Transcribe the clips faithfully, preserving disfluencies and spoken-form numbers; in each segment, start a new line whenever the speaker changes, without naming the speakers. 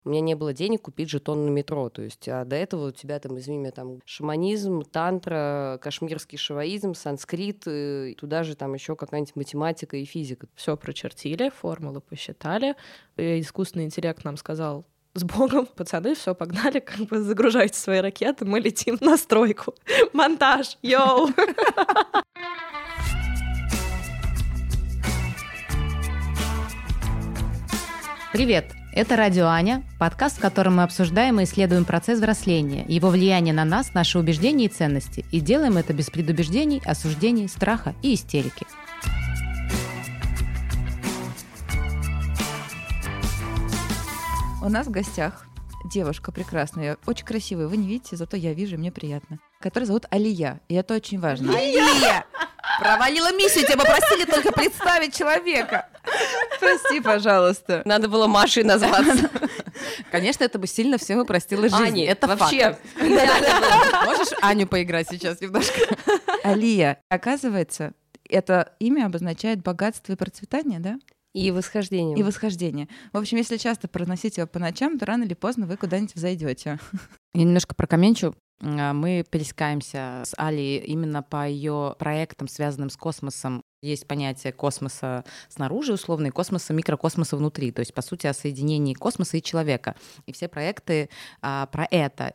У меня не было денег купить жетон на метро, то есть, а до этого у тебя там, извини меня, там шаманизм, тантра, кашмирский шиваизм, санскрит, и туда же там еще какая-нибудь математика и физика.
Все прочертили, формулы посчитали, и искусственный интеллект нам сказал: с Богом, пацаны, все, погнали, как бы загружайте свои ракеты, мы летим на стройку. Монтаж, йоу!
Привет! Это «Радио Аня», подкаст, в котором мы обсуждаем и исследуем процесс взросления, его влияние на нас, наши убеждения и ценности, и делаем это без предубеждений, осуждений, страха и истерики.
У нас в гостях девушка прекрасная, очень красивая, вы не видите, зато я вижу, мне приятно, которая зовут Алия, и это очень важно. Алия! Провалила миссию, тебя попросили только представить человека. Прости, пожалуйста.
Надо было Машей назваться.
Конечно, это бы сильно всем упростило жизнь.
Ани,
это
вообще.
Можешь Аню поиграть сейчас немножко? Алия, оказывается, это имя обозначает богатство и процветание, да?
И восхождение.
И восхождение. В общем, если часто произносить его по ночам, то рано или поздно вы куда-нибудь взойдете.
Я немножко прокомментирую. Мы пересекаемся с Алей именно по ее проектам, связанным с космосом. Есть понятие космоса снаружи, условно, и космоса, микрокосмоса внутри. То есть, по сути, о соединении космоса и человека. И все проекты а, про это.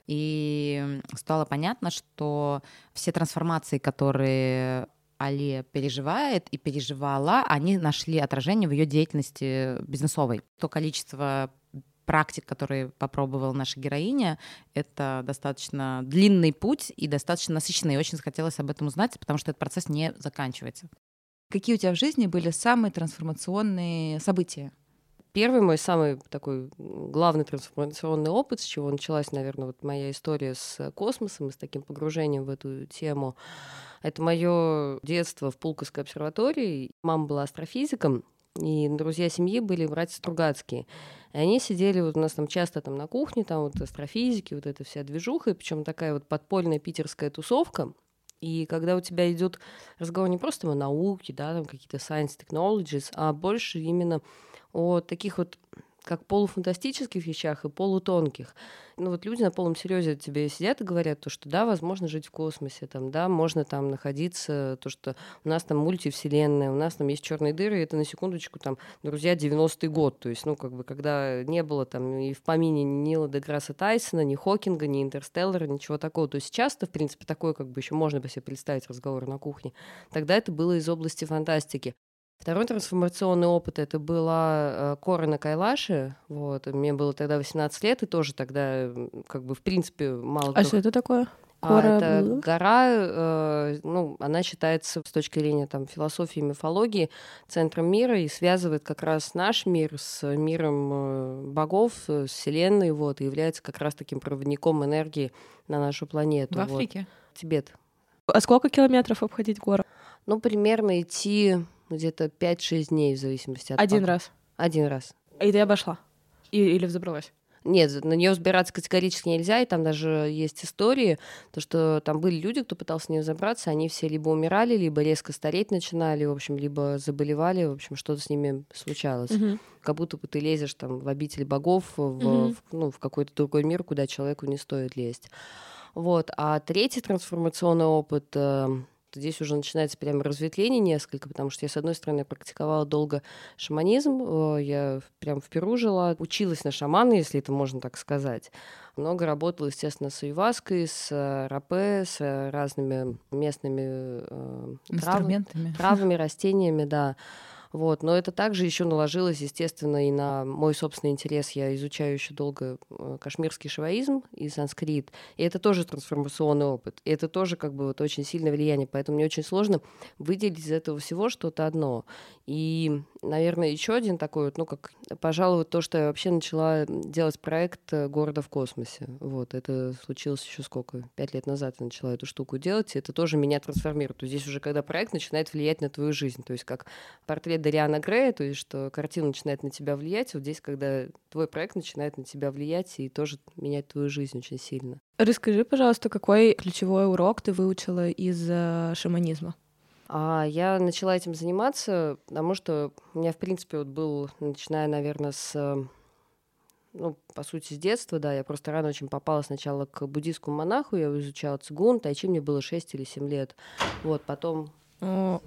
И стало понятно, что все трансформации, которые Алия переживает и переживала, они нашли отражение в ее деятельности бизнесовой. То количество практик, которые попробовала наша героиня, это достаточно длинный путь и достаточно насыщенный. И очень захотелось об этом узнать, потому что этот процесс не заканчивается.
Какие у тебя в жизни были самые трансформационные события?
Первый мой самый такой главный трансформационный опыт, с чего началась, наверное, вот моя история с космосом и с таким погружением в эту тему, это мое детство в Пулковской обсерватории. Мама была астрофизиком, и друзья семьи были братья Стругацкие. И они сидели вот у нас там часто там на кухне, там вот астрофизики, вот эта вся движуха, причем такая вот подпольная питерская тусовка. И когда у тебя идет разговор не просто о науке, да, там какие-то science technologies, а больше именно о таких вот как полуфантастических вещах и полутонких. Ну вот люди на полном серьезе тебе сидят и говорят, то, что да, возможно жить в космосе, там, да, можно там находиться, то, что у нас там мультивселенная, у нас там есть черные дыры, и это на секундочку там, друзья, девяностый год, то есть, ну, как бы, когда не было там и в помине ни Нила Деграсса Тайсона, ни Хокинга, ни Интерстеллара, ничего такого, то есть сейчас-то, в принципе, такое, как бы, еще можно себе представить разговор на кухне, тогда это было из области фантастики. Второй трансформационный опыт — это была э, Кора на Кайлаше. Вот. Мне было тогда восемнадцать лет, и тоже тогда, как бы, в принципе, мало кто...
А что это такое?
А, это была? Гора, э, ну, она считается с точки зрения там, философии и мифологии центром мира и связывает как раз наш мир с миром э, богов, с Вселенной, вот, и является как раз таким проводником энергии на нашу планету.
В Африке?
Вот. Тибет.
А сколько километров обходить гору?
Ну, примерно идти... где-то пять-шесть дней, в зависимости от...
Один
погоды.
раз?
Один раз.
И ты обошла? И, или взобралась?
Нет, на нее взбираться категорически нельзя, и там даже есть истории, то, что там были люди, кто пытался на нее забраться, они все либо умирали, либо резко стареть начинали, в общем, либо заболевали, в общем, что-то с ними случалось. Угу. Как будто бы ты лезешь там в обитель богов, в, угу. в, ну, в какой-то другой мир, куда человеку не стоит лезть. Вот. А третий трансформационный опыт... Здесь уже начинается прямо разветвление несколько, потому что я, с одной стороны, практиковала долго шаманизм, я прям в Перу жила, училась на шамана, если это можно так сказать. Много работала, естественно, с аюваской, с рапе, с разными местными э,
инструментами,
трав, травами, растениями, да. Вот. Но это также еще наложилось, естественно, и на мой собственный интерес. Я изучаю еще долго кашмирский шиваизм и санскрит. И это тоже трансформационный опыт. И это тоже как бы вот очень сильное влияние. Поэтому мне очень сложно выделить из этого всего что-то одно. И, наверное, еще один такой вот, ну, как, пожалуй, то, что я вообще начала делать проект «Города в космосе». Вот. Это случилось еще сколько? Пять лет назад я начала эту штуку делать. И это тоже меня трансформирует. То есть здесь уже когда проект начинает влиять на твою жизнь. То есть как портрет Дариана Грея, то есть что картина начинает на тебя влиять, вот здесь, когда твой проект начинает на тебя влиять и тоже менять твою жизнь очень сильно.
Расскажи, пожалуйста, какой ключевой урок ты выучила из э, шаманизма?
А я начала этим заниматься, потому что у меня, в принципе, вот был, начиная, наверное, с ну, по сути, с детства, да, я просто рано очень попала сначала к буддийскому монаху, я изучала цигун, тайчи, мне было шесть или семь лет, вот, потом...
О,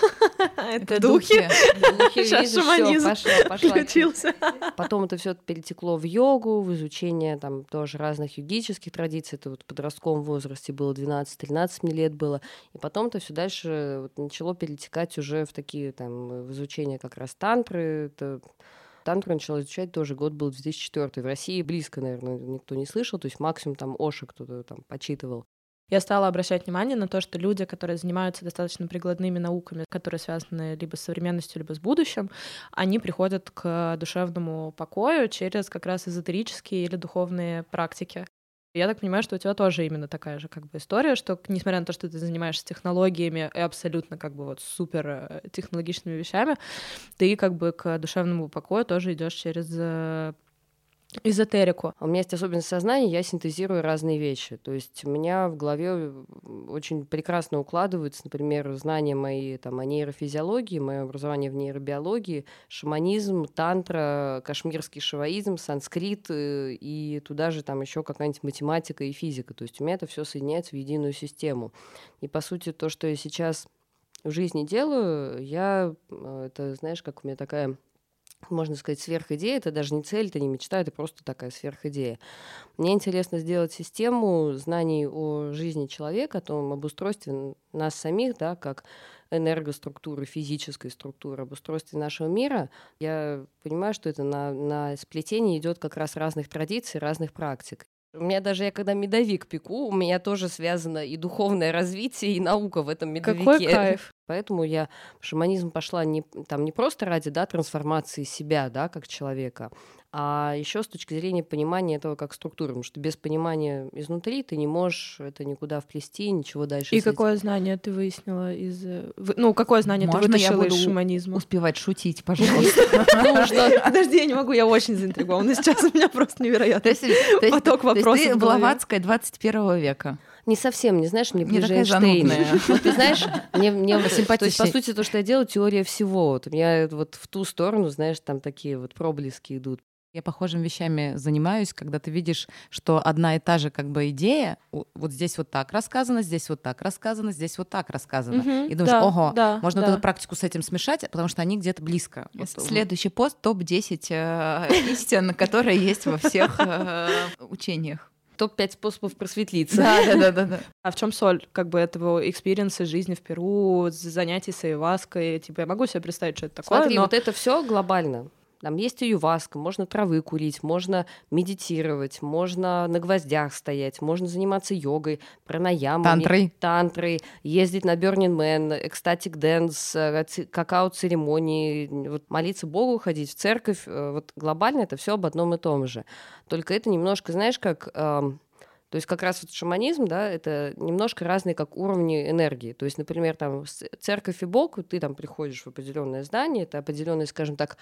Это духи.
Сейчас шаманизм включился.
Потом это все перетекло в йогу, в изучение там тоже разных йогических традиций. Это вот в подростковом возрасте было двенадцать-тринадцать мне лет было. И потом это все дальше вот начало перетекать уже в такие там в изучение как раз тантры. Это... Тантру начала изучать тоже, год был две тысячи четвёртый. В России близко, наверное, никто не слышал, то есть максимум там Оша кто-то там почитывал.
Я стала обращать внимание на то, что люди, которые занимаются достаточно прикладными науками, которые связаны либо с современностью, либо с будущим, они приходят к душевному покою через как раз эзотерические или духовные практики. Я так понимаю, что у тебя тоже именно такая же как бы история, что несмотря на то, что ты занимаешься технологиями и абсолютно как бы вот супер технологичными вещами, ты как бы к душевному покою тоже идешь через эзотерику.
У меня есть особенность сознания, я синтезирую разные вещи. То есть у меня в голове очень прекрасно укладываются, например, знания мои там, о нейрофизиологии, мое образование в нейробиологии, шаманизм, тантра, кашмирский шиваизм, санскрит, и туда же там еще какая-нибудь математика и физика. То есть у меня это все соединяется в единую систему. И, по сути, то, что я сейчас в жизни делаю, я, это, знаешь, как у меня такая... можно сказать, сверхидея, это даже не цель, это не мечта, это просто такая сверхидея. Мне интересно сделать систему знаний о жизни человека, о том, об устройстве нас самих, да, как энергоструктуры, физической структуры, об устройстве нашего мира. Я понимаю, что это на, на сплетении идет как раз разных традиций, разных практик. У меня даже, я когда медовик пеку, у меня тоже связано и духовное развитие, и наука в этом медовике.
Какой кайф!
Поэтому я в шаманизм пошла не, там, не просто ради, да, трансформации себя, да, как человека, а еще с точки зрения понимания этого как структуры. Потому что без понимания изнутри ты не можешь это никуда вплести, ничего дальше.
И какое знание ты выяснила из... Ну, какое знание
Можно
ты вытащила
я буду
из шаманизма?
Успевать шутить, пожалуйста.
Подожди, я не могу, я очень заинтригована сейчас, у меня просто невероятный поток вопросов.
Ты Блаватская двадцать первого века.
Не совсем, не знаешь, мне ближе
такая
Эйнштейн.
занудная.
Вот ты знаешь, мне, мне то есть,
Симпатичней.
по сути, то, что я делаю, теория всего. Вот у меня вот в ту сторону, знаешь, там такие вот проблески идут.
Я похожими вещами занимаюсь, когда ты видишь, что одна и та же как бы идея, вот здесь вот так рассказано, здесь вот так рассказано, здесь вот так рассказано.
Мгм,
И думаешь,
да,
ого,
да,
можно
да.
вот эту практику с этим смешать, потому что они где-то близко. Вот,
Следующий пост — топ десять э, истин, которые есть во всех э, учениях.
топ пять способов просветлиться.
Да, да, да, да.
А в чем соль как бы этого экспириенса жизни в Перу, занятий с аюваской? Типа я могу себе представить, что это такое,
Смотри,
но...
вот это все глобально. Там есть аюваска, можно травы курить, можно медитировать, можно на гвоздях стоять, можно заниматься йогой, пранаямами,
Тантрой.
тантрой, ездить на Burning Man, экстатик дэнс, какао-церемонии, вот молиться Богу, ходить в церковь. Вот глобально это все об одном и том же. Только это немножко, знаешь, как... эм, то есть как раз вот шаманизм, да, это немножко разные как уровни энергии. То есть, например, там церковь и Бог, ты там приходишь в определенное здание, это определенные, скажем так,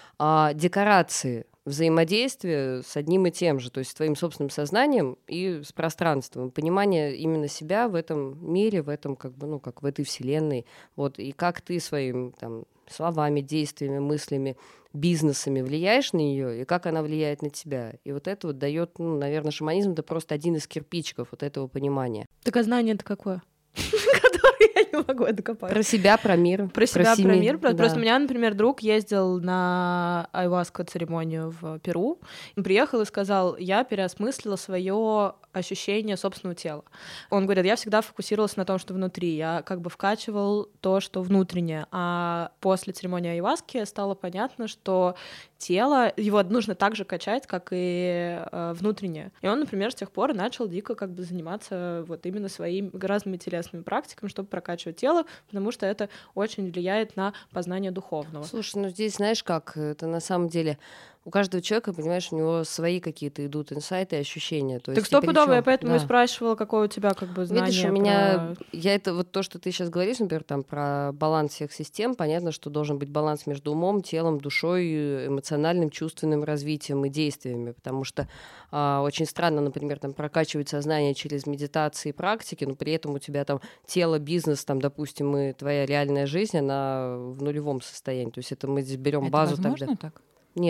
а, декорации взаимодействия с одним и тем же, то есть с твоим собственным сознанием и с пространством, понимание именно себя в этом мире, в этом как бы, ну, как в этой вселенной, вот, и как ты своим там словами, действиями, мыслями, бизнесами влияешь на нее, и как она влияет на тебя. И вот это вот дает, ну, наверное, шаманизм — это просто один из кирпичиков вот этого понимания.
Так а знание это какое? Которое я не могу докопаться.
Про себя, про мир.
Про себя, про
семей,
мир.
да.
Просто у меня, например, друг ездил на аюваску церемонию в Перу. Он приехал и сказал, я переосмыслила свое ощущение собственного тела. Он говорит, я всегда фокусировался на том, что внутри. Я как бы вкачивал то, что внутреннее. А после церемонии аюваски стало понятно, что тело, его нужно так же качать, как и э, внутреннее. И он, например, с тех пор начал дико как бы заниматься вот именно своими разными телесными практиками, чтобы прокачивать тело, потому что это очень влияет на познание духовного.
Слушай, ну здесь, знаешь как, это на самом деле у каждого человека, понимаешь, у него свои какие-то идут инсайты и ощущения. То
Так
есть
стопудово, я поэтому
да.
и спрашивала, какое у тебя как бы знание.
Видишь, у меня,
про...
я это вот то, что ты сейчас говоришь, например, там про баланс всех систем, понятно, что должен быть баланс между умом, телом, душой, эмоциональным, чувственным развитием и действиями, потому что а, очень странно, например, там прокачивать сознание через медитации и практики, но при этом у тебя там тело, бизнес, там, допустим, и твоя реальная жизнь, она в нулевом состоянии. То есть это мы здесь берем
Это
базу
возможно
тогда.
так?
Нет.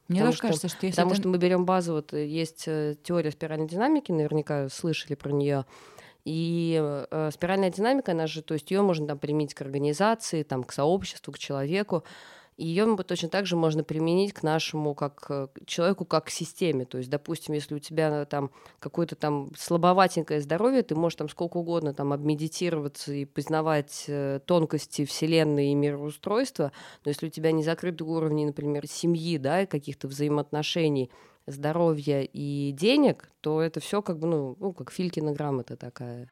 Мне
потому
тоже
что,
кажется, что если
Потому
это...
что мы берем базу, вот есть теория спиральной динамики, наверняка слышали про нее. И э, спиральная динамика, она же, то есть ее можно там применить к организации, там, к сообществу, к человеку. И ее точно так же можно применить к нашему, как к человеку, как к системе. То есть, допустим, если у тебя там какое-то там слабоватенькое здоровье, ты можешь там сколько угодно там обмедитироваться и познавать э, тонкости Вселенной и мироустройства, но если у тебя не закрыты уровни, например, семьи, да, и каких-то взаимоотношений, здоровья и денег, то это все как бы, ну, ну как Филькина грамота такая.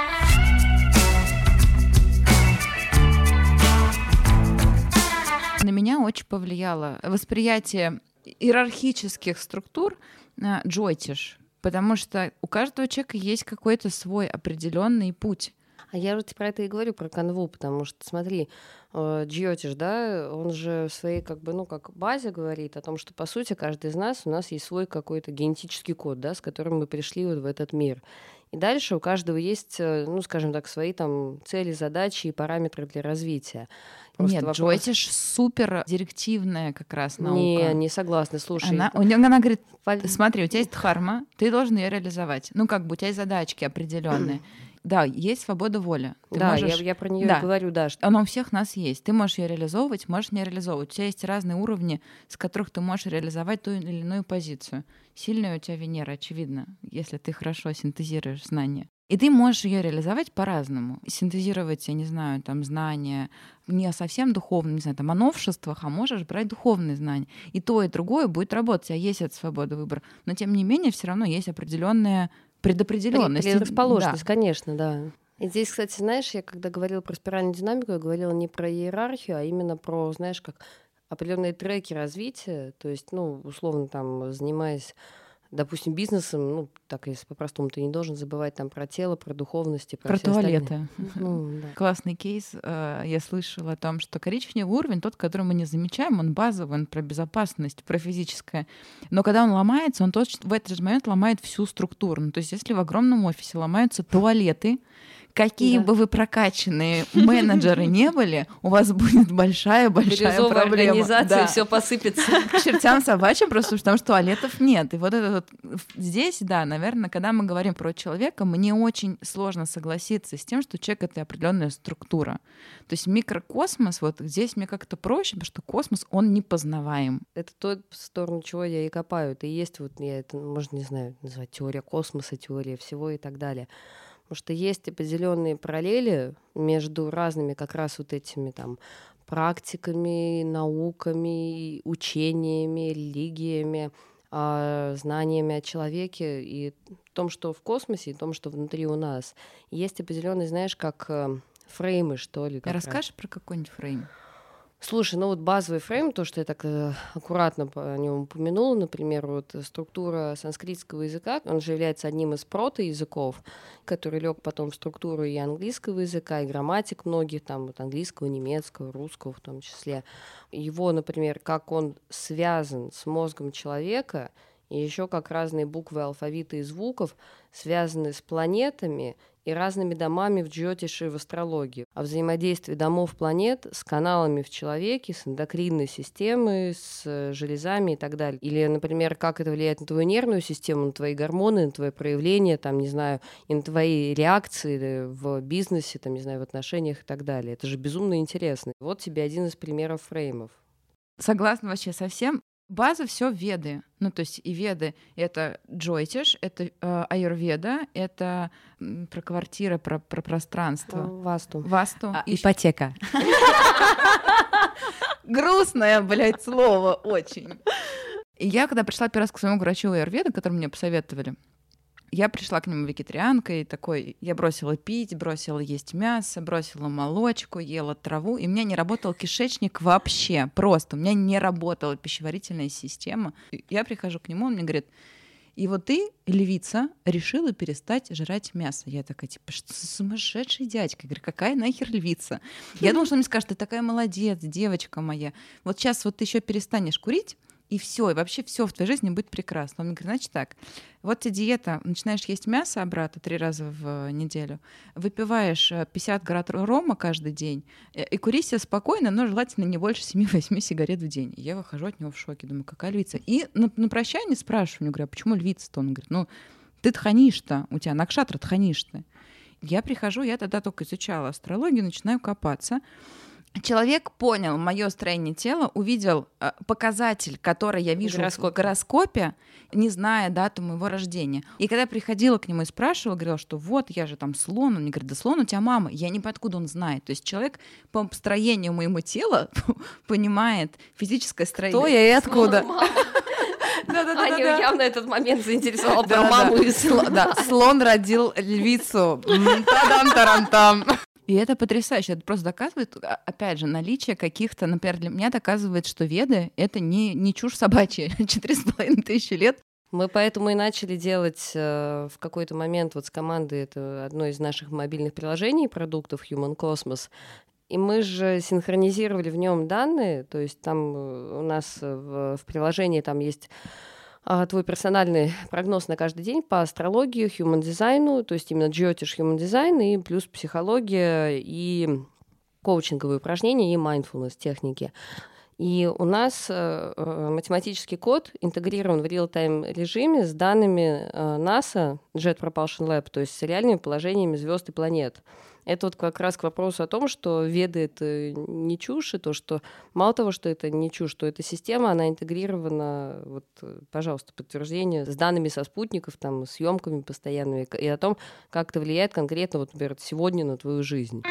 На меня очень повлияло восприятие иерархических структур джойтиш, потому что у каждого человека есть какой-то свой определенный путь.
А я вот про это и говорю, про канву, потому что, смотри, Джиотиш, да, он же в своей, как бы, ну, как базе говорит о том, что, по сути, каждый из нас, у нас есть свой какой-то генетический код, да, с которым мы пришли вот в этот мир. И дальше у каждого есть, ну, скажем так, свои там цели, задачи и параметры для развития.
Просто Нет, вопрос... Джойтиш супер директивная как раз наука.
Не, не согласна, слушай.
Она, она говорит, смотри, у тебя есть дхарма, ты должен ее реализовать. Ну, как бы у тебя есть задачки определенные. Да, есть свобода воли. Ты
да,
можешь...
я, я про нее
да.
и говорю, да. Что...
Она у всех нас есть. Ты можешь ее реализовывать, можешь не реализовывать. У тебя есть разные уровни, с которых ты можешь реализовать ту или иную позицию. Сильная у тебя Венера, очевидно, если ты хорошо синтезируешь знания. И ты можешь ее реализовать по-разному. Синтезировать, я не знаю, там знания не совсем духовные, не знаю, там о новшествах, а можешь брать духовные знания. И то, и другое будет работать. У тебя есть эта свобода выбора. Но тем не менее, все равно есть определенная предопределенность.
Предрасположенность, да. Конечно, да. И здесь, кстати, знаешь, я когда говорила про спиральную динамику, я говорила не про иерархию, а именно про, знаешь, как определенные треки развития. То есть, ну, условно, там, занимаясь, допустим, бизнесом, ну, так, если по-простому, ты не должен забывать там про тело, про духовность и про,
про
все
туалеты.
Ну, да.
Классный кейс. Я слышала о том, что коричневый уровень, тот, который мы не замечаем, он базовый, он про безопасность, про физическое. Но когда он ломается, он точно в этот же момент ломает всю структуру. Ну, то есть если в огромном офисе ломаются туалеты, какие да. бы вы прокачанные менеджеры не были, у вас будет большая-большая проблема.
Организация,
да.
все посыпется.
К чертям собачьим, просто потому что туалетов нет. И вот это вот здесь, да, наверное, когда мы говорим про человека, мне очень сложно согласиться с тем, что человек — это определенная структура. То есть микрокосмос, вот здесь мне как-то проще, потому что космос, он непознаваем.
Это то, в сторону чего я и копаю. Это и есть, вот я это, можно, не знаю, назвать теория космоса, теория всего и так далее. Потому что есть определенные параллели между разными как раз вот этими там практиками, науками, учениями, религиями, знаниями о человеке и в том, что в космосе, и в том, что внутри у нас. Есть определенные, знаешь, как фреймы, что ли.
Расскажешь про какой-нибудь фрейм?
Слушай, ну вот базовый фрейм, то, что я так э, аккуратно о нем упомянула, например, вот структура санскритского языка, он же является одним из протоязыков, который лег потом в структуру и английского языка, и грамматик многих, там, вот английского, немецкого, русского в том числе. Его, например, как он связан с мозгом человека, и еще как разные буквы алфавита и звуков связаны с планетами и разными домами в джиотише и в астрологии. О взаимодействии домов планет с каналами в человеке, с эндокринной системой, с железами и так далее. Или, например, как это влияет на твою нервную систему, на твои гормоны, на твои проявления, там, не знаю, и на твои реакции в бизнесе, там, не знаю, в отношениях и так далее. Это же безумно интересно. Вот тебе один из примеров фреймов.
Согласна вообще со всем. База все веды. Ну, то есть и веды — это джойтиш, это э, аюрведа, это м, про квартиры, про, про пространство.
Васту.
Васту.
А, ипотека.
Грустное, блядь, слово очень. И я, когда пришла первый раз к своему врачу аюрведа, который мне посоветовали, я пришла к нему вегетарианкой, такой, я бросила пить, бросила есть мясо, бросила молочку, ела траву, и у меня не работал кишечник вообще, просто, у меня не работала пищеварительная система. Я прихожу к нему, он мне говорит: и вот ты, львица, решила перестать жрать мясо. Я такая, типа, что за сумасшедший дядька? Я говорю, какая нахер львица? Я думала, что он мне скажет: ты такая молодец, девочка моя. Вот сейчас вот ты еще перестанешь курить, и все, и вообще все в твоей жизни будет прекрасно. Он мне говорит, значит так, вот тебе диета, начинаешь есть мясо обратно три раза в неделю, выпиваешь пятьдесят грамм рома каждый день и кури себе спокойно, но желательно не больше семь-восемь сигарет в день. И я выхожу от него в шоке, думаю, какая львица. И на, на прощание спрашиваю, мне говорю, а почему львица-то? Он говорит, ну, ты тханишь-то, у тебя накшатра тханишь-то. Я прихожу, я тогда только изучала астрологию, начинаю копаться. Человек понял мое строение тела, увидел э, показатель, который я вижу
Гороскоп.
в гороскопе, не зная дату моего рождения. И когда я приходила к нему и спрашивала, говорила, что вот, я же там слон, он мне говорит, да слон у тебя мама. Я не знаю, откуда он знает. То есть человек по строению моего тела понимает физическое строение.
Кто я и откуда?
Аню явно этот момент заинтересовал про маму и слон.
Да, слон родил львицу. Та-дам-тарам-там.
И это потрясающе. Это просто доказывает, опять же, наличие каких-то, например, для меня доказывает, что веды — это не, не чушь собачья. Четыре с половиной тысячи лет.
Мы поэтому и начали делать э, в какой-то момент вот с командой, это одно из наших мобильных приложений, продуктов Human Cosmos, и мы же синхронизировали в нем данные, то есть там у нас в, в приложении там есть а, твой персональный прогноз на каждый день по астрологии, human дизайну, то есть именно джиотиш, human дизайн, и плюс психология, и коучинговые упражнения, и mindfulness техники. И у нас э, математический код интегрирован в реал-тайм режиме с данными э, НАСА, Jet Propulsion Lab, то есть с реальными положениями звезд и планет. Это вот как раз к вопросу о том, что веды — это не чушь, и то, что мало того, что это не чушь, что эта система, она интегрирована, вот, пожалуйста, подтверждение с данными со спутников, там, съемками постоянными, и о том, как это влияет конкретно, вот, например, сегодня на твою жизнь.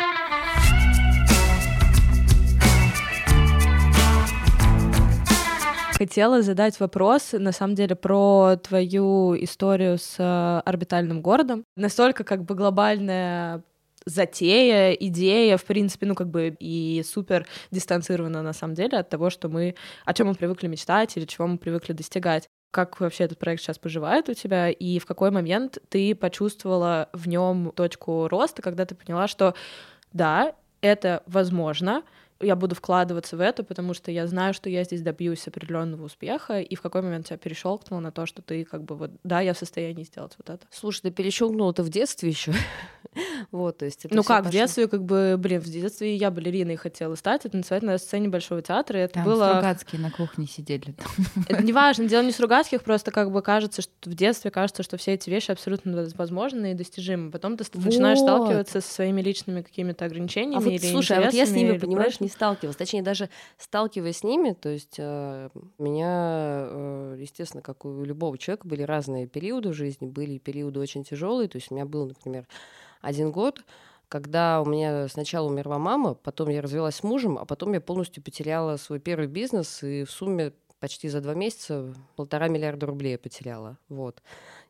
Хотела задать вопрос, на самом деле, про твою историю с орбитальным городом. Настолько как бы глобальная затея, идея, в принципе, ну, как бы и супер дистанцирована, на самом деле, от того, что мы, о чем мы привыкли мечтать или чего мы привыкли достигать. Как вообще этот проект сейчас поживает у тебя, и в какой момент ты почувствовала в нем точку роста, когда ты поняла, что да, это возможно, я буду вкладываться в это, потому что я знаю, что я здесь добьюсь определенного успеха, и в какой момент тебя перещелкнуло на то, что ты как бы вот, да, я в состоянии сделать вот это.
Слушай, ты перещелкнула-то в детстве еще. Вот, то есть это
ну
всё
как,
пошло.
в детстве, как бы, блин, в детстве я балериной хотела стать, это танцевать на сцене Большого театра, и это
Там
было...
Стругацкие на кухне сидели.
Это не важно, дело не Стругацких, просто как бы кажется, что в детстве кажется, что все эти вещи абсолютно возможны и достижимы. Потом ты
Вот.
начинаешь сталкиваться со своими личными какими-то ограничениями
А вот,
или
слушай, а вот я с
интересами,
ними,
или
понимаешь,
прочим.
не сталкивалась. Точнее, даже сталкиваясь с ними, то есть э, меня, э, естественно, как у любого человека, были разные периоды в жизни, были периоды очень тяжелые. То есть у меня был, например, один год, когда у меня сначала умерла мама, потом я развелась с мужем, а потом я полностью потеряла свой первый бизнес, и в сумме почти за два месяца полтора миллиарда рублей я потеряла. Вот.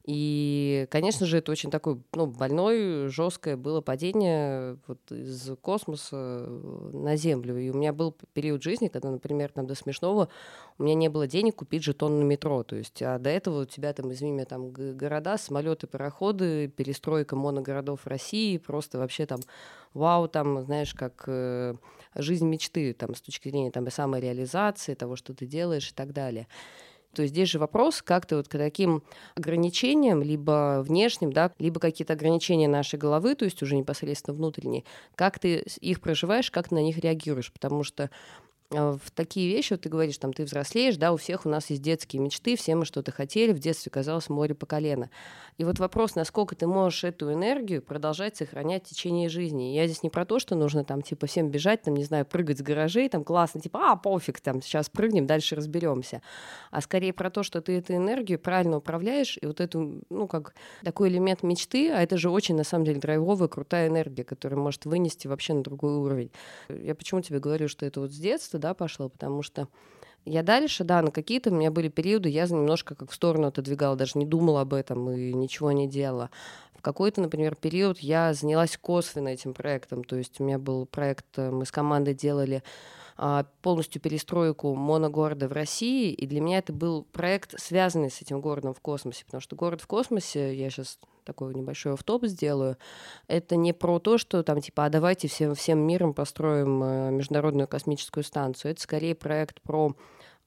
И, конечно же, это очень такое, ну, больное, жесткое было падение вот из космоса на Землю. И у меня был период жизни, когда, например, там, до смешного у меня не было денег купить жетон на метро. То есть, а до этого у тебя там, извини меня, там города, самолеты, пароходы, перестройка моногородов России, просто вообще там вау, там, знаешь, как э, жизнь мечты, там, с точки зрения там, самореализации, того, что ты делаешь и так далее. То есть здесь же вопрос, как ты вот к таким ограничениям, либо внешним, да, либо какие-то ограничения нашей головы, то есть уже непосредственно внутренние, как ты их проживаешь, как ты на них реагируешь, потому что в такие вещи, вот ты говоришь, там, ты взрослеешь, да, у всех у нас есть детские мечты, все мы что-то хотели, в детстве казалось море по колено. И вот вопрос, насколько ты можешь эту энергию продолжать сохранять в течение жизни. И я здесь не про то, что нужно там, типа, всем бежать, там, не знаю, прыгать с гаражей, там, классно, типа, а, пофиг, там, сейчас прыгнем, дальше разберемся. А скорее про то, что ты эту энергию правильно управляешь, и вот эту, ну, как такой элемент мечты, а это же очень, на самом деле, драйвовая, крутая энергия, которая может вынести вообще на другой уровень. Я почему тебе говорю, что это вот с детства, да, пошло, потому что я дальше, да, на какие-то у меня были периоды, я немножко как в сторону отодвигала, даже не думала об этом и ничего не делала. В какой-то, например, период я занялась косвенно этим проектом, то есть у меня был проект, мы с командой делали а, полностью перестройку моногорода в России, и для меня это был проект, связанный с этим городом в космосе, потому что город в космосе, я сейчас такой небольшой офф-топ сделаю, это не про то, что там типа, а давайте всем, всем миром построим международную космическую станцию, это скорее проект про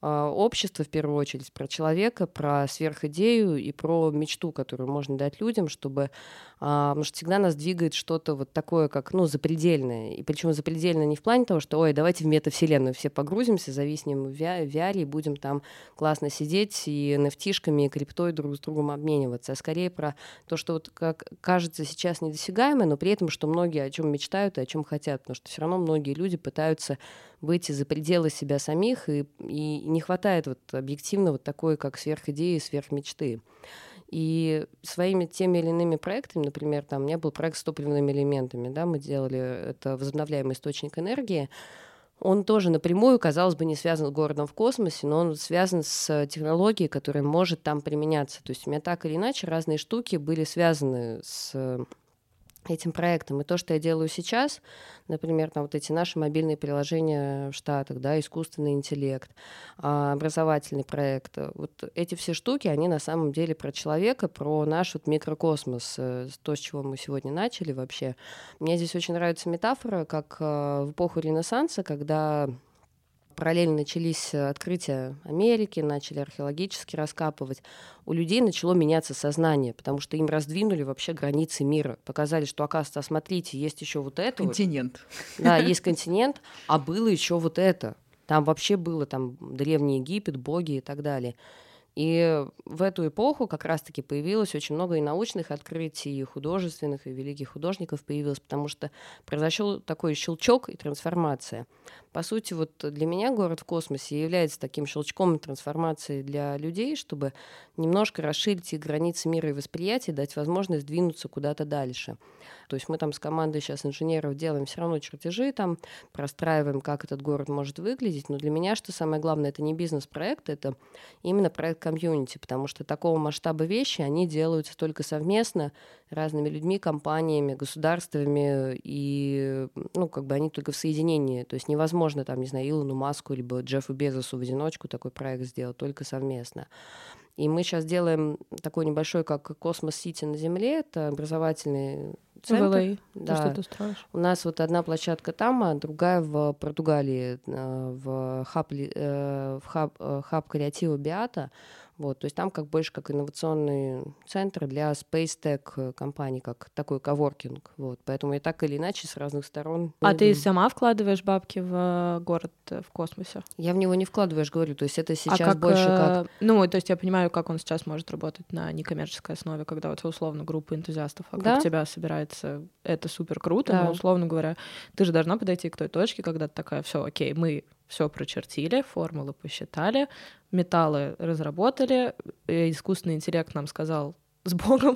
общество в первую очередь, про человека, про сверхидею и про мечту, которую можно дать людям, чтобы... Потому что всегда нас двигает что-то вот такое, как, ну, запредельное. И причем запредельное не в плане того, что, ой, давайте в метавселенную все погрузимся, зависнем в ви ар и будем там классно сидеть и эн эф ти-шками, и криптой друг с другом обмениваться. А скорее про то, что вот как кажется сейчас недосягаемое, но при этом, что многие о чем мечтают и о чем хотят. Потому что все равно многие люди пытаются выйти за пределы себя самих, и, и не хватает вот объективно вот такой, как сверхидеи, сверхмечты. И своими теми или иными проектами, например, там у меня был проект с топливными элементами, да, мы делали, это возобновляемый источник энергии, он тоже напрямую, казалось бы, не связан с городом в космосе, но он связан с технологией, которая может там применяться. То есть у меня так или иначе разные штуки были связаны с этим проектом. И то, что я делаю сейчас, например, там вот эти наши мобильные приложения в Штатах, да, искусственный интеллект, образовательный проект, вот эти все штуки, они на самом деле про человека, про наш вот микрокосмос, то, с чего мы сегодня начали вообще. Мне здесь очень нравится метафора, как в эпоху Ренессанса, когда параллельно начались открытия Америки, начали археологически раскапывать. У людей начало меняться сознание, потому что им раздвинули вообще границы мира. Показали, что, оказывается, а смотрите, есть еще вот это.
Континент.
Вот. Да, есть континент, а было еще вот это. Там вообще было там Древний Египет, боги и так далее. И в эту эпоху как раз-таки появилось очень много и научных открытий, и художественных, и великих художников появилось, потому что произошел такой щелчок и трансформация. По сути, вот для меня город в космосе является таким щелчком и трансформацией для людей, чтобы немножко расширить их границы мира и восприятия, дать возможность двинуться куда-то дальше. То есть мы там с командой сейчас инженеров делаем все равно чертежи, там простраиваем, как этот город может выглядеть, но для меня, что самое главное, это не бизнес-проект, это именно проект комьюнити, потому что такого масштаба вещи, они делаются только совместно разными людьми, компаниями, государствами, и, ну, как бы они только в соединении. То есть невозможно, там, не знаю, Илону Маску либо Джеффу Безосу в одиночку такой проект сделать, только совместно. И мы сейчас делаем такой небольшой, как Космос-Сити на Земле, это образовательный центр.
В эл эй.
Да.
Что ты строишь?
У нас вот одна площадка там, а другая в Португалии, в хаб, в хаб, хаб креатива Биата. Вот, то есть там как больше как инновационный центр для Space Tech компаний, как такой коворкинг. Вот, поэтому и так или иначе с разных сторон.
А ты сама вкладываешь бабки в город в космосе?
Я в него не вкладываю, я же говорю, то есть это сейчас
а как,
больше как...
Ну, то есть я понимаю, как он сейчас может работать на некоммерческой основе, когда вот условно группа энтузиастов вокруг
да?
тебя собирается, это супер круто,
да.
но условно говоря, ты же должна подойти к той точке, когда ты такая, все, окей, мы все прочертили, формулы посчитали, металлы разработали, искусственный интеллект нам сказал с Богом.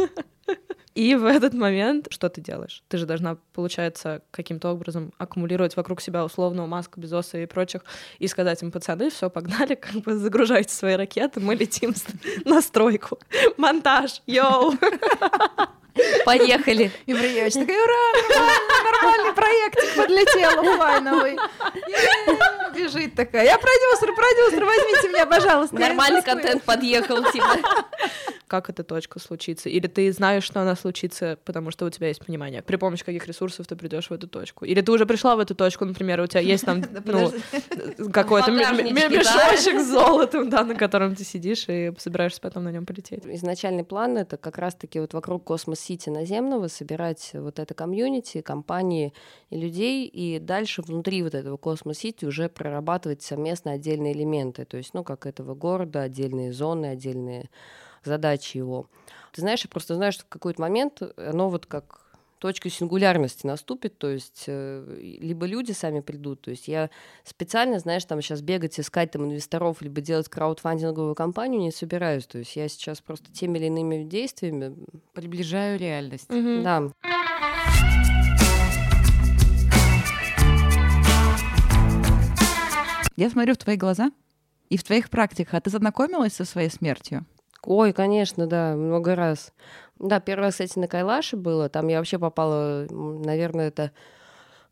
И в этот момент что ты делаешь? Ты же должна, получается, каким-то образом аккумулировать вокруг себя условного Маска, Безоса и прочих, и сказать им: пацаны, все, погнали, как бы загружайте свои ракеты, мы летим на стройку. Монтаж, йоу!
Поехали.
И Бриевич такая: ура, нормальный проектик подлетел, файновый. Бежит такая: я продюсер, продюсер, возьмите меня, пожалуйста.
Нормальный контент подъехал, типа.
Как эта точка случится? Или ты знаешь, что она случится, потому что у тебя есть понимание, при помощи каких ресурсов ты придешь в эту точку? Или ты уже пришла в эту точку, например, у тебя есть там ну, какой-то мешочек с золотом, да, на котором ты сидишь и собираешься потом на нем полететь?
Изначальный план — это как раз-таки вот вокруг Космос-Сити наземного собирать вот это комьюнити, компании и людей, и дальше внутри вот этого Космос-Сити уже прорабатывать совместно отдельные элементы, то есть, ну, как этого города, отдельные зоны, отдельные задачи его. Ты знаешь, я просто знаю, что в какой-то момент оно вот как точка сингулярности наступит, то есть э, либо люди сами придут, то есть я специально, знаешь, там сейчас бегать, искать там инвесторов, либо делать краудфандинговую кампанию не собираюсь, то есть я сейчас просто теми или иными действиями
приближаю реальность.
Mm-hmm. Да.
Я смотрю в твои глаза и в твоих практиках. А ты познакомилась со своей смертью?
Ой, конечно, да, много раз. Да, первый раз, кстати, на Кайлаше было. Там я вообще попала, наверное, это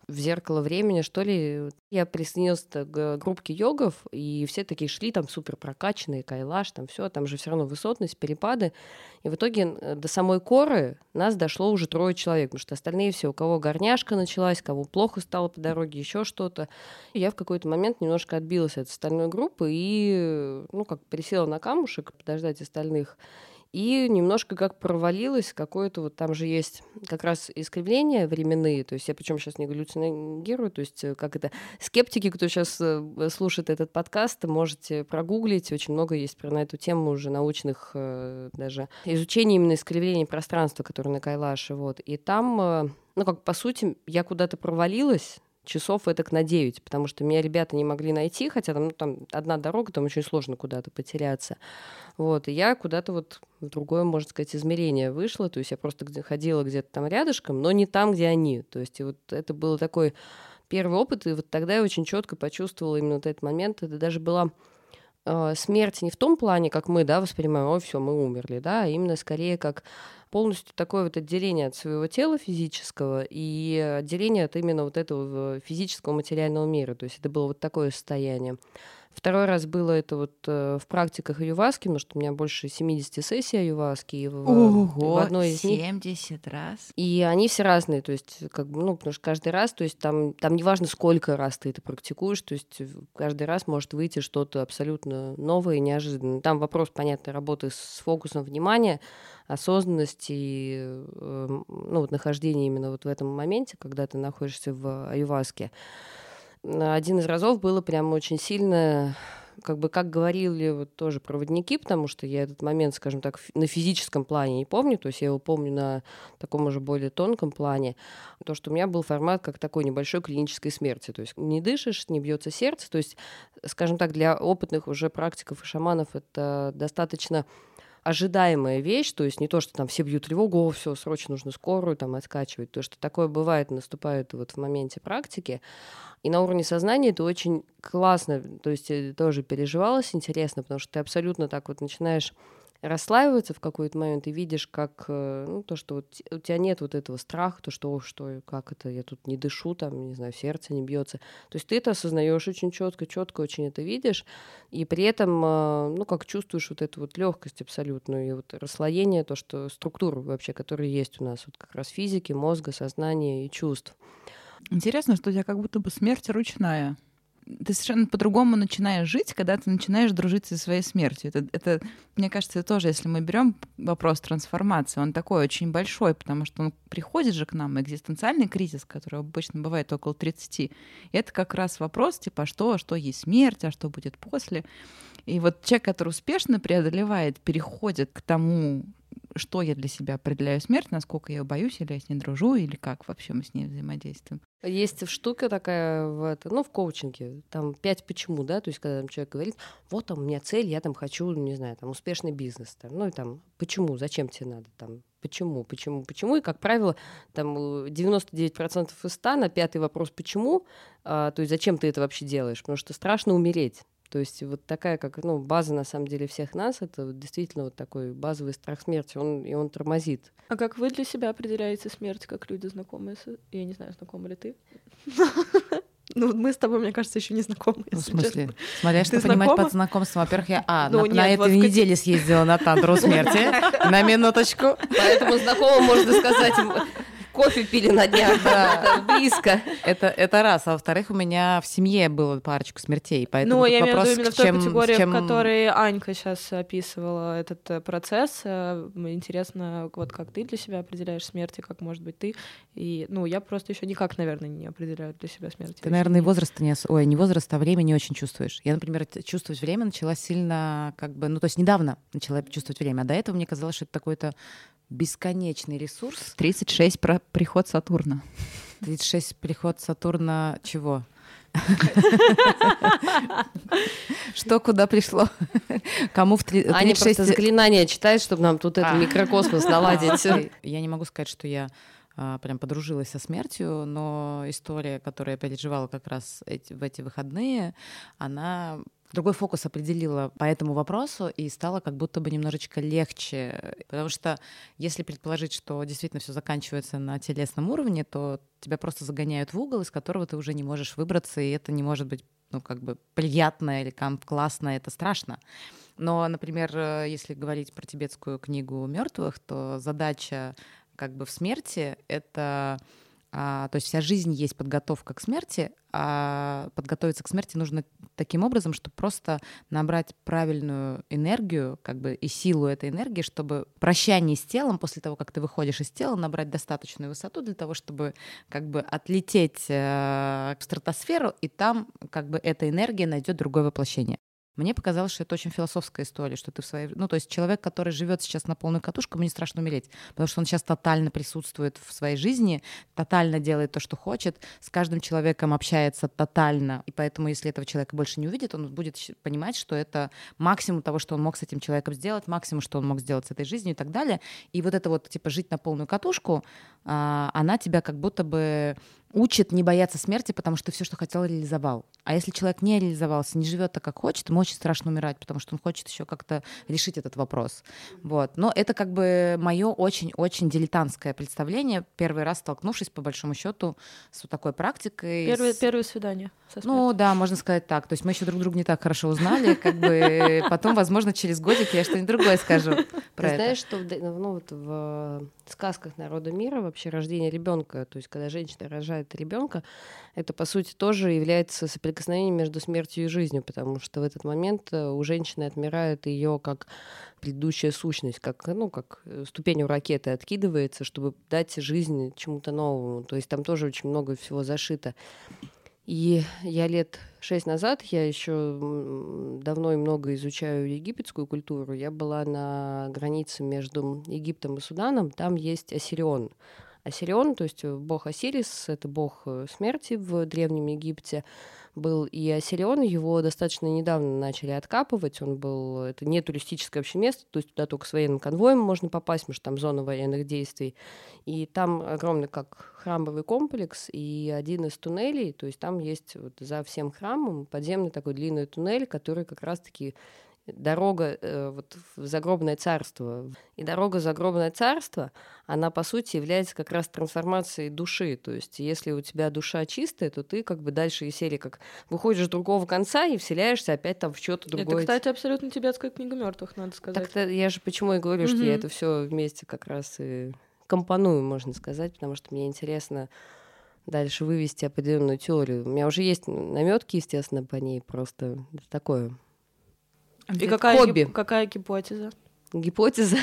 в зеркало времени, что ли. Я присоединилась к группке йогов, и все такие шли, там супер прокачанные, кайлаш, там все, там же все равно высотность, перепады. И в итоге до самой коры нас дошло уже трое человек, потому что остальные все, у кого горняшка началась, кого плохо стало по дороге, еще что-то. И я в какой-то момент немножко отбилась от остальной группы и, ну, как присела на камушек подождать остальных. И немножко как провалилась, какое-то вот там же есть как раз искривления временные, то есть я причем сейчас не галлюцинирую, то есть как это, скептики, кто сейчас слушает этот подкаст, можете прогуглить, очень много есть про на эту тему уже научных даже изучений именно искривлений пространства, которые на Кайлаше, вот, и там, ну как по сути, я куда-то провалилась, часов этак на девять, потому что меня ребята не могли найти, хотя там, ну, там одна дорога, там очень сложно куда-то потеряться. Вот, и я куда-то вот в другое, можно сказать, измерение вышла, то есть я просто где- ходила где-то там рядышком, но не там, где они. То есть и вот это был такой первый опыт, и вот тогда я очень четко почувствовала именно вот этот момент. Это даже была э, смерть не в том плане, как мы, да, воспринимаем, ой, все, мы умерли, да, а именно скорее как полностью такое вот отделение от своего тела физического и отделение от именно вот этого физического материального мира. То есть это было вот такое состояние. Второй раз было это вот э, в практиках аюваски, потому что у меня больше семьдесят сессий аюваски. И в,
Ого,
в одной из них...
семьдесят раз?
И они все разные, то есть, как бы, ну, потому что каждый раз, то есть там, там не важно, сколько раз ты это практикуешь, то есть каждый раз может выйти что-то абсолютно новое и неожиданное. Там вопрос, понятно, работы с фокусом внимания, осознанности и э, ну, вот нахождения именно вот в этом моменте, когда ты находишься в аюваске. Один из разов было прям очень сильно, как бы, как говорили вот тоже проводники, потому что я этот момент, скажем так, на физическом плане не помню, то есть я его помню на таком уже более тонком плане, то, что у меня был формат как такой небольшой клинической смерти, то есть не дышишь, не бьется сердце, то есть, скажем так, для опытных уже практиков и шаманов это достаточно ожидаемая вещь, то есть не то, что там все бьют тревогу, о, все, срочно нужно скорую там откачивать, то, что такое бывает, наступает вот в моменте практики. И на уровне сознания это очень классно, то есть тоже переживалось интересно, потому что ты абсолютно так вот начинаешь расслаиваться в какой-то момент и видишь, как, ну, то, что вот у тебя нет вот этого страха, то, что, о, что, как это, я тут не дышу, там, не знаю, сердце не бьется. То есть ты это осознаешь очень четко, четко очень это видишь, и при этом, ну, как чувствуешь вот эту вот легкость абсолютную, и вот расслоение, то, что структуры вообще, которые есть у нас, вот как раз физики, мозга, сознания и чувств.
Интересно, что у тебя как будто бы смерть ручная. Ты совершенно по-другому начинаешь жить, когда ты начинаешь дружить со своей смертью. Это, это, мне кажется, тоже, если мы берем вопрос трансформации, он такой очень большой, потому что он приходит же к нам, экзистенциальный кризис, который обычно бывает около тридцати. И это как раз вопрос, типа, а что, что есть смерть, а что будет после. И вот человек, который успешно преодолевает, переходит к тому, что я для себя определяю смерть, насколько я ее боюсь, или я с ней дружу, или как вообще мы с ней взаимодействуем.
Есть штука такая, в это, ну, в коучинге, там пять почему, да, то есть когда там человек говорит, вот там у меня цель, я там хочу, не знаю, там успешный бизнес, там, ну и там, почему, зачем тебе надо, там, почему, почему, почему, и, как правило, там девяносто девять процентов из ста на пятый вопрос «почему?», а, то есть зачем ты это вообще делаешь, потому что страшно умереть. То есть вот такая, как, ну, база, на самом деле, всех нас, это вот действительно вот такой базовый страх смерти, он, и он тормозит.
А как вы для себя определяете смерть, как люди знакомые с... Я не знаю, знакома ли ты? Ну, мы с тобой, мне кажется, еще не знакомы.
В смысле? Смотря что понимать под знакомством. Во-первых, я а,
Ну,
на,
нет,
на
вот
этой
в кати-
неделе съездила на тантру смерти. На минуточку.
Поэтому знакомым можно сказать, кофе пили на днях, да, близко.
Это, это раз. А во-вторых, у меня в семье было парочку смертей. Поэтому
Ну,
тут
я имею в
вопрос,
виду именно в
чем-
той категории,
чем-
в которой Анька сейчас описывала этот э, процесс. Э, мне Интересно, вот как ты для себя определяешь смерть, и как, может быть, ты. И, ну, я просто еще никак, наверное, не определяю для себя смерть.
Ты, наверное, и возраст не ос- Ой, не возраст, а время не очень чувствуешь. Я, например, т- чувствовать время начала сильно, как бы, ну, то есть недавно начала чувствовать время, а до этого мне казалось, что это такой-то бесконечный ресурс.
тридцать шесть про приход Сатурна.
тридцать шесть приход Сатурна чего? Что куда пришло? Кому в три-
Аня
тридцать шесть...
просто заклинания читает, чтобы нам тут этот
А.
микрокосмос наладить.
Я не могу сказать, что я а, прям подружилась со смертью, но история, которую я переживала как раз эти, в эти выходные, она другой фокус определила по этому вопросу, и стало как будто бы немножечко легче. Потому что если предположить, что действительно все заканчивается на телесном уровне, то тебя просто загоняют в угол, из которого ты уже не можешь выбраться, и это не может быть, ну, как бы приятно или там классно, это страшно. Но, например, если говорить про тибетскую книгу мертвых, то задача как бы в смерти — это... А, то есть вся жизнь есть подготовка к смерти, а подготовиться к смерти нужно таким образом, чтобы просто набрать правильную энергию, как бы и силу этой энергии, чтобы прощание с телом, после того, как ты выходишь из тела, набрать достаточную высоту для того, чтобы как бы отлететь э, в стратосферу, и там как бы эта энергия найдет другое воплощение. Мне показалось, что это очень философская история, что ты в своей... Ну, то есть человек, который живет сейчас на полную катушку, ему не страшно умереть, потому что он сейчас тотально присутствует в своей жизни, тотально делает то, что хочет, с каждым человеком общается тотально, и поэтому, если этого человека больше не увидит, он будет понимать, что это максимум того, что он мог с этим человеком сделать, максимум, что он мог сделать с этой жизнью и так далее. И вот это вот, типа, жить на полную катушку, она тебя как будто бы учит не бояться смерти, потому что ты все, что хотел, реализовал. А если человек не реализовался, не живет так, как хочет, ему очень страшно умирать, потому что он хочет еще как-то решить этот вопрос. Вот. Но это как бы мое очень-очень дилетантское представление, первый раз столкнувшись, по большому счету, с вот такой практикой.
Первое,
с...
первое свидание со смертью.
Ну да, можно сказать так. То есть мы еще друг друга не так хорошо узнали, как бы потом, возможно, через годик я что-нибудь другое скажу про это.
Ты знаешь, что ну, вот в сказках народа мира вообще рождение ребенка, то есть когда женщина рожает ребенка, это по сути тоже является соприкосновением между смертью и жизнью, потому что в этот момент у женщины отмирает ее как предыдущая сущность, как, ну, как ступень у ракеты откидывается, чтобы дать жизнь чему-то новому. То есть там тоже очень много всего зашито. И я лет шесть назад, я еще давно и много изучаю египетскую культуру, я была на границе между Египтом и Суданом, там есть Осирион. Осирион, то есть бог Осирис, это бог смерти в Древнем Египте был, и Осирион, его достаточно недавно начали откапывать, он был, это не туристическое вообще место, то есть туда только с военным конвоем можно попасть, потому что там зона военных действий, и там огромный как храмовый комплекс, и один из туннелей, то есть там есть вот за всем храмом подземный такой длинный туннель, который как раз-таки дорога э, вот, в загробное царство. И дорога в загробное царство, она, по сути, является как раз трансформацией души. То есть если у тебя душа чистая, то ты как бы дальше из серии как выходишь с другого конца и вселяешься опять там в что-то другое.
Это, кстати, абсолютно тибетская книга мертвых, надо сказать.
Так я же почему и говорю, что
Mm-hmm.
я это все вместе как раз и компоную, можно сказать, потому что мне интересно дальше вывести определенную теорию. У меня уже есть наметки, естественно, по ней, просто это такое...
И какая,
хобби.
гип- какая гипотеза?
Гипотеза.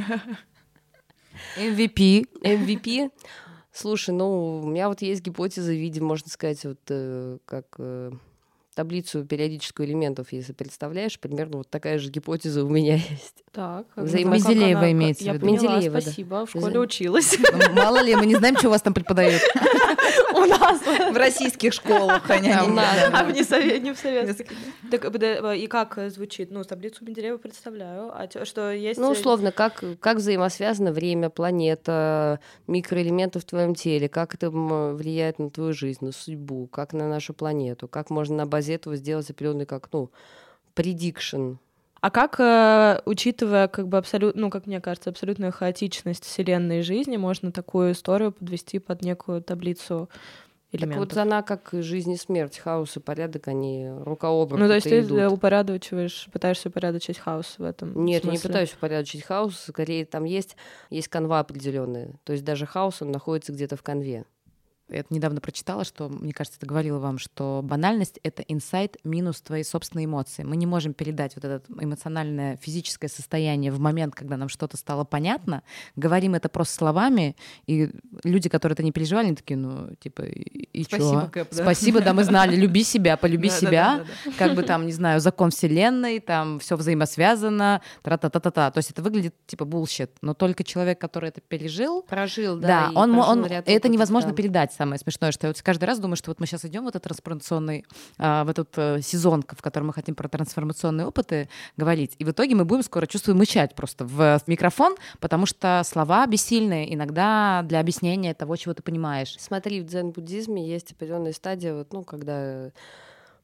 эм ви пи.
эм ви пи. Слушай, ну, у меня вот есть гипотеза в виде, можно сказать, вот э, как э, таблицу периодическую элементов, если представляешь, примерно вот такая же гипотеза у меня есть.
Так.
Взаимо-
Менделеева
она-
имеется в
Я
виду.
поняла,
Менделеева, да.
спасибо, в школе
Взаим-
училась.
Мало ли, мы не знаем, что у вас там преподают.
У нас.
В российских школах они
Там
не
надо.
А в не сове- не в советских. Так, подо- и как звучит? Ну, таблицу Менделеева представляю. А тё- что есть...
Ну, условно, как, как взаимосвязано время, планета, микроэлементы в твоем теле, как это м, влияет на твою жизнь, на судьбу, как на нашу планету, как можно на базе этого сделать определенный, как, ну, prediction.
А как, э, учитывая, как бы абсолютно, ну, как мне кажется, абсолютную хаотичность Вселенной и жизни, можно такую историю подвести под некую таблицу
Так
элементов?
вот она как жизнь и смерть, хаос и порядок, они рука об руку
Ну, то есть ты
идут.
упорядочиваешь, пытаешься упорядочить хаос в этом
Нет, я не
смысле?
пытаюсь упорядочить хаос, скорее там есть, есть канва определенная. То есть даже хаос, он находится где-то в канве.
Я это недавно прочитала, что, мне кажется, это говорила вам, что банальность — это инсайт минус твои собственные эмоции. Мы не можем передать вот это эмоциональное, физическое состояние в момент, когда нам что-то стало понятно. Говорим это просто словами, и люди, которые это не переживали, они такие, ну, типа, и, и
Спасибо,
чё?
Кэп, да.
Спасибо, да, мы знали, люби себя, полюби
Да, да,
себя,
да, да,
как бы там, не знаю, закон вселенной, там все взаимосвязано, тра-та-та-та-та. То есть это выглядит типа булщит, но только человек, который это пережил,
Прожил, да.
да,
и
он,
прожил
он,
ряд
это
опытов,
невозможно
да.
передать. Самое смешное, что я вот каждый раз думаю, что вот мы сейчас идем в этот трансформационный, а, в этот а, сезон, в котором мы хотим про трансформационные опыты говорить, и в итоге мы будем скоро, чувствую, мычать просто в, в микрофон, потому что слова бессильные иногда для объяснения того, чего ты понимаешь.
Смотри, в дзен-буддизме есть определенная стадия, вот, ну, когда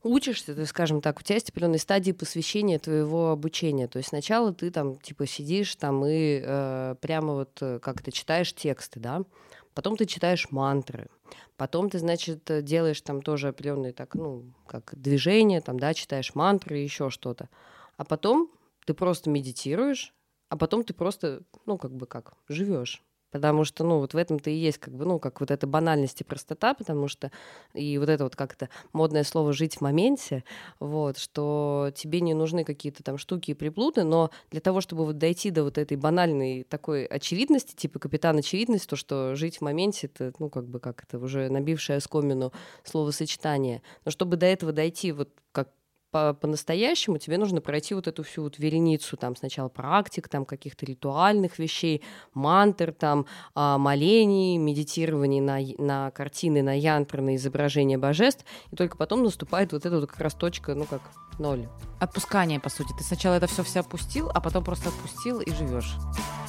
учишься, то есть, скажем так, у тебя есть определенные стадии посвящения твоего обучения. То есть сначала ты там типа сидишь там и э, прямо вот э, как ты читаешь тексты, да, потом ты читаешь мантры, потом ты, значит, делаешь там тоже определенные так, ну, как движения, там, да, читаешь мантры и еще что-то. А потом ты просто медитируешь, а потом ты просто, ну, как бы как, живешь. Потому что, ну, вот в этом-то и есть, как бы, ну, как вот эта банальность и простота, потому что и вот это вот как-то модное слово «жить в моменте», вот, что тебе не нужны какие-то там штуки и приплуды, но для того, чтобы вот дойти до вот этой банальной такой очевидности, типа капитан очевидность, то, что жить в моменте, это, ну, как бы, как это уже набившее оскомину словосочетание. Но чтобы до этого дойти вот как по- по-настоящему, тебе нужно пройти вот эту всю вот вереницу, там, сначала практик, там, каких-то ритуальных вещей, мантр, там, а, молений, медитирований на, и- на картины, на янтры, на изображение божеств, и только потом наступает вот эта вот как раз точка, ну, как ноль.
Отпускание, по сути. Ты сначала это все все опустил, а потом просто отпустил и живешь.